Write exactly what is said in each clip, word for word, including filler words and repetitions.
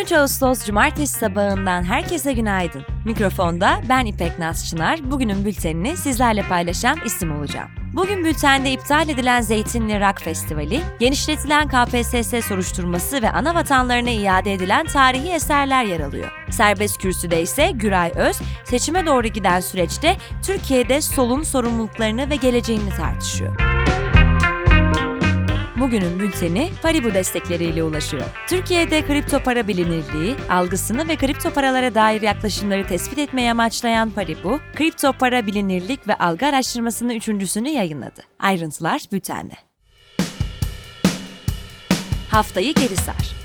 on üç Ağustos Cumartesi sabahından herkese günaydın. Mikrofonda ben İpek Naz Çınar, bugünün bültenini sizlerle paylaşan isim olacağım. Bugün bültende iptal edilen Zeytinli Rock Festivali, genişletilen K P S S soruşturması ve ana vatanlarına iade edilen tarihi eserler yer alıyor. Serbest kürsüde ise Güray Öz, seçime doğru giden süreçte Türkiye'de solun sorumluluklarını ve geleceğini tartışıyor. Bugünün bülteni Paribu destekleriyle ulaşıyor. Türkiye'de kripto para bilinirliği, algısını ve kripto paralara dair yaklaşımları tespit etmeyi amaçlayan Paribu, kripto para bilinirlik ve algı araştırmasının üçüncüsünü yayınladı. Ayrıntılar bültende. Haftayı geri sar.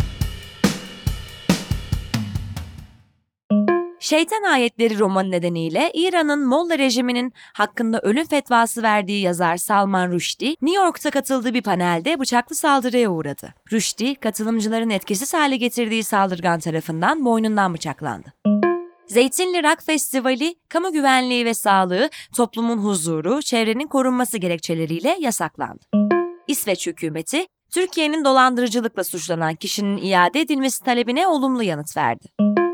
Şeytan Ayetleri romanı nedeniyle İran'ın Molla rejiminin hakkında ölüm fetvası verdiği yazar Salman Rushdie, New York'ta katıldığı bir panelde bıçaklı saldırıya uğradı. Rushdie, katılımcıların etkisiz hale getirdiği saldırgan tarafından boynundan bıçaklandı. Zeytinli Rock Festivali, kamu güvenliği ve sağlığı, toplumun huzuru, çevrenin korunması gerekçeleriyle yasaklandı. İsveç hükümeti, Türkiye'nin dolandırıcılıkla suçlanan kişinin iade edilmesi talebine olumlu yanıt verdi.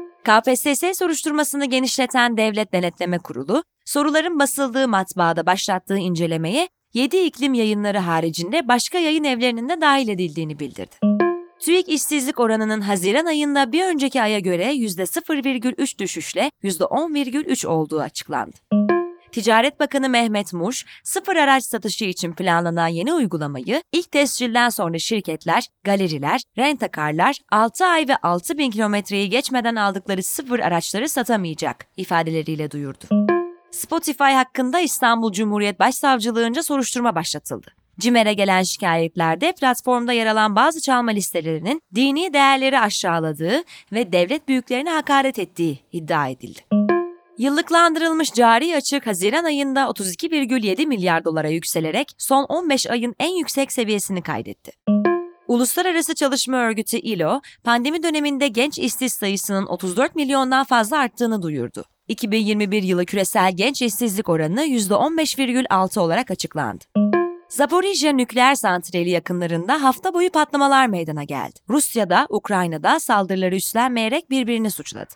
K P S S soruşturmasını genişleten Devlet Denetleme Kurulu, soruların basıldığı matbaada başlattığı incelemeye yedi iklim yayınları haricinde başka yayın evlerinin de dahil edildiğini bildirdi. TÜİK işsizlik oranının Haziran ayında bir önceki aya göre yüzde sıfır virgül üç düşüşle yüzde on virgül üç olduğu açıklandı. Ticaret Bakanı Mehmet Muş, sıfır araç satışı için planlanan yeni uygulamayı ilk tescilden sonra şirketler, galeriler, rent-a-car'lar altı ay ve altı bin kilometreyi geçmeden aldıkları sıfır araçları satamayacak ifadeleriyle duyurdu. Spotify hakkında İstanbul Cumhuriyet Başsavcılığınca soruşturma başlatıldı. CİMER'e gelen şikayetlerde platformda yer alan bazı çalma listelerinin dini değerleri aşağıladığı ve devlet büyüklerine hakaret ettiği iddia edildi. Yıllıklandırılmış cari açık Haziran ayında otuz iki virgül yedi milyar dolara yükselerek son on beş ayın en yüksek seviyesini kaydetti. Uluslararası Çalışma Örgütü I L O, pandemi döneminde genç işsiz sayısının otuz dört milyondan fazla arttığını duyurdu. iki bin yirmi bir yılı küresel genç işsizlik oranı yüzde on beş virgül altı olarak açıklandı. Zaporijya nükleer santrali yakınlarında hafta boyu patlamalar meydana geldi. Rusya da Ukrayna'da saldırıları üstlenmeyerek birbirini suçladı.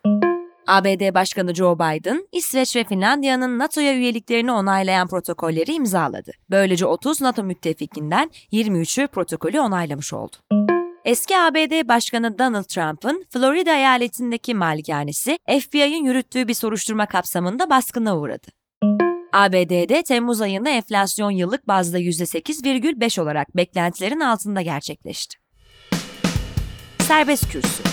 A B D Başkanı Joe Biden, İsveç ve Finlandiya'nın NATO'ya üyeliklerini onaylayan protokolleri imzaladı. Böylece otuz NATO müttefikinden yirmi üçü protokolü onaylamış oldu. Eski A B D Başkanı Donald Trump'ın Florida eyaletindeki malikanesi F B I'nin yürüttüğü bir soruşturma kapsamında baskına uğradı. A B D'de Temmuz ayında enflasyon yıllık bazda yüzde sekiz virgül beş olarak beklentilerin altında gerçekleşti. Serbest kürsü.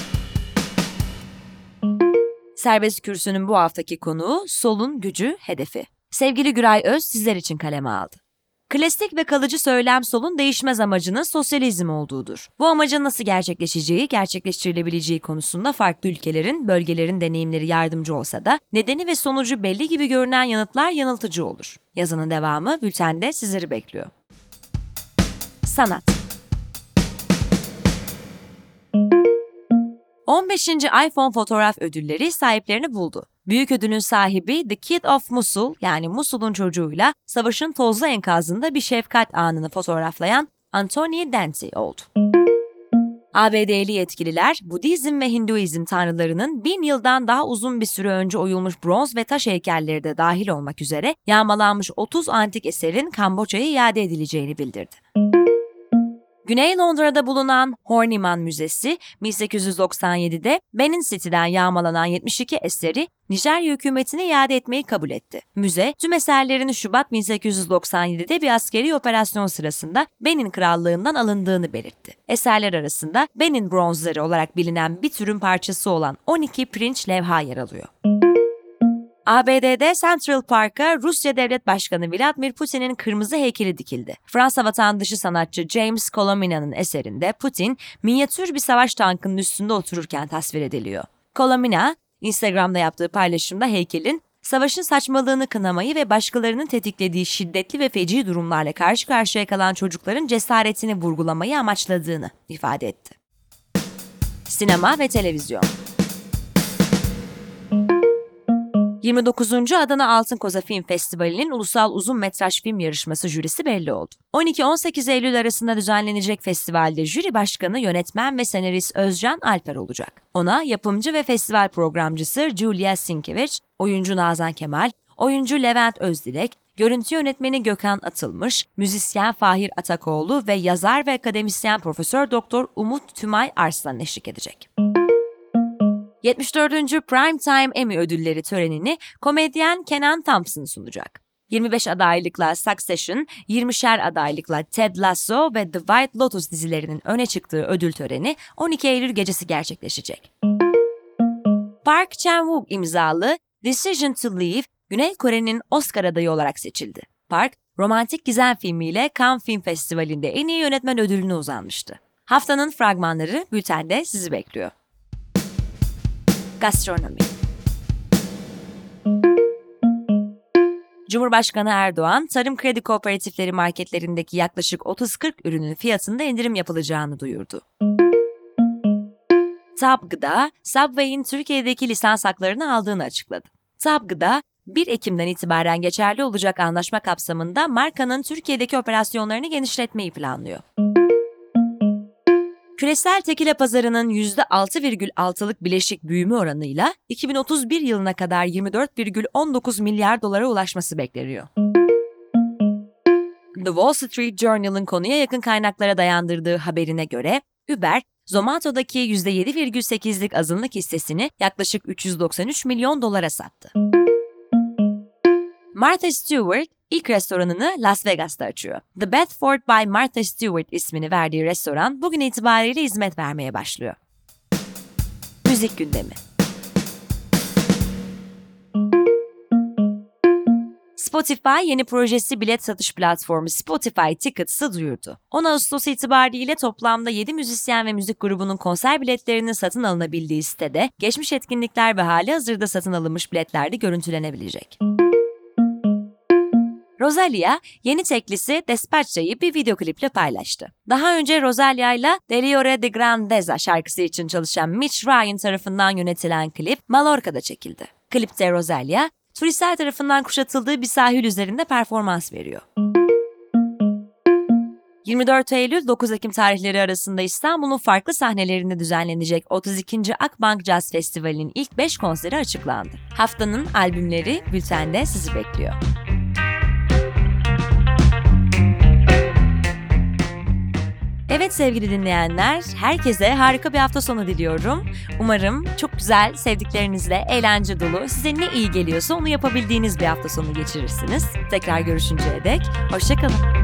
Serbest kürsünün bu haftaki konuğu solun gücü, hedefi. Sevgili Güray Öz sizler için kaleme aldı. Klasik ve kalıcı söylem solun değişmez amacının sosyalizm olduğudur. Bu amacın nasıl gerçekleşeceği, gerçekleştirilebileceği konusunda farklı ülkelerin, bölgelerin deneyimleri yardımcı olsa da nedeni ve sonucu belli gibi görünen yanıtlar yanıltıcı olur. Yazının devamı bültende sizleri bekliyor. Sanat. on beşinci iPhone fotoğraf ödülleri sahiplerini buldu. Büyük ödülün sahibi The Kid of Mosul yani Musul'un çocuğuyla savaşın tozlu enkazında bir şefkat anını fotoğraflayan Anthony Dante oldu. A B D'li yetkililer, Budizm ve Hinduizm tanrılarının bin yıldan daha uzun bir süre önce oyulmuş bronz ve taş heykelleri de dahil olmak üzere yağmalanmış otuz antik eserin Kamboçya'ya iade edileceğini bildirdi. Güney Londra'da bulunan Horniman Müzesi, bin sekiz yüz doksan yedide Benin City'den yağmalanan yetmiş iki eseri Nijerya hükümetine iade etmeyi kabul etti. Müze, tüm eserlerin Şubat bin sekiz yüz doksan yedide bir askeri operasyon sırasında Benin Krallığından alındığını belirtti. Eserler arasında Benin bronzları olarak bilinen bir türün parçası olan on iki pirinç levha yer alıyor. A B D'de Central Park'a Rusya Devlet Başkanı Vladimir Putin'in kırmızı heykeli dikildi. Fransa vatandaşı sanatçı James Colomina'nın eserinde Putin, minyatür bir savaş tankının üstünde otururken tasvir ediliyor. Colomina, Instagram'da yaptığı paylaşımda heykelin, savaşın saçmalığını kınamayı ve başkalarının tetiklediği şiddetli ve feci durumlarla karşı karşıya kalan çocukların cesaretini vurgulamayı amaçladığını ifade etti. Sinema ve televizyon. yirmi dokuzuncu Adana Altın Koza Film Festivali'nin ulusal uzun metraj film yarışması jürisi belli oldu. on iki on sekiz Eylül arasında düzenlenecek festivalde jüri başkanı, yönetmen ve senarist Özcan Alper olacak. Ona yapımcı ve festival programcısı Julia Sienkiewicz, oyuncu Nazan Kemal, oyuncu Levent Özdilek, görüntü yönetmeni Gökhan Atılmış, müzisyen Fahir Atakoğlu ve yazar ve akademisyen Profesör Doktor Umut Tümay Arslan eşlik edecek. yetmiş dördüncü Primetime Emmy ödülleri törenini komedyen Kenan Thompson sunacak. yirmi beş adaylıkla Succession, yirmişer adaylıkla Ted Lasso ve The White Lotus dizilerinin öne çıktığı ödül töreni on iki Eylül gecesi gerçekleşecek. Park Chan-wook imzalı Decision to Leave, Güney Kore'nin Oscar adayı olarak seçildi. Park, romantik gizem filmiyle Cannes Film Festivali'nde en iyi yönetmen ödülüne uzanmıştı. Haftanın fragmanları bültende sizi bekliyor. Gastronomi. Cumhurbaşkanı Erdoğan, tarım kredi kooperatifleri marketlerindeki yaklaşık otuz kırk ürünün fiyatında indirim yapılacağını duyurdu. Tab Gıda, Subway'in Türkiye'deki lisans haklarını aldığını açıkladı. Tab Gıda, bir Ekim'den itibaren geçerli olacak anlaşma kapsamında markanın Türkiye'deki operasyonlarını genişletmeyi planlıyor. Küresel tekile pazarının yüzde altı virgül altılık bileşik büyüme oranıyla iki bin otuz bir yılına kadar yirmi dört virgül on dokuz milyar dolara ulaşması bekleniyor. The Wall Street Journal'ın konuya yakın kaynaklara dayandırdığı haberine göre, Uber, Zomato'daki yüzde yedi virgül sekizlik azınlık hissesini yaklaşık üç yüz doksan üç milyon dolara sattı. Martha Stewart ilk restoranını Las Vegas'ta açıyor. The Bedford by Martha Stewart ismini verdiği restoran bugün itibariyle hizmet vermeye başlıyor. Müzik gündemi. Spotify yeni projesi bilet satış platformu Spotify Tickets'ı duyurdu. on Ağustos itibariyle toplamda yedi müzisyen ve müzik grubunun konser biletlerinin satın alınabildiği sitede geçmiş etkinlikler ve hali hazırda satın alınmış biletler de görüntülenebilecek. Rosalia, yeni teklisi Despacito'yu bir video kliple paylaştı. Daha önce Rosalia ile Deliore de Grandeza şarkısı için çalışan Mitch Ryan tarafından yönetilen klip Mallorca'da çekildi. Klipte Rosalia, turistler tarafından kuşatıldığı bir sahil üzerinde performans veriyor. yirmi dört Eylül dokuz Ekim tarihleri arasında İstanbul'un farklı sahnelerinde düzenlenecek otuz ikinci Akbank Jazz Festivali'nin ilk beş konseri açıklandı. Haftanın albümleri bültende sizi bekliyor. Evet sevgili dinleyenler, herkese harika bir hafta sonu diliyorum. Umarım çok güzel, sevdiklerinizle, eğlence dolu, size ne iyi geliyorsa onu yapabildiğiniz bir hafta sonu geçirirsiniz. Tekrar görüşünceye dek, hoşça kalın.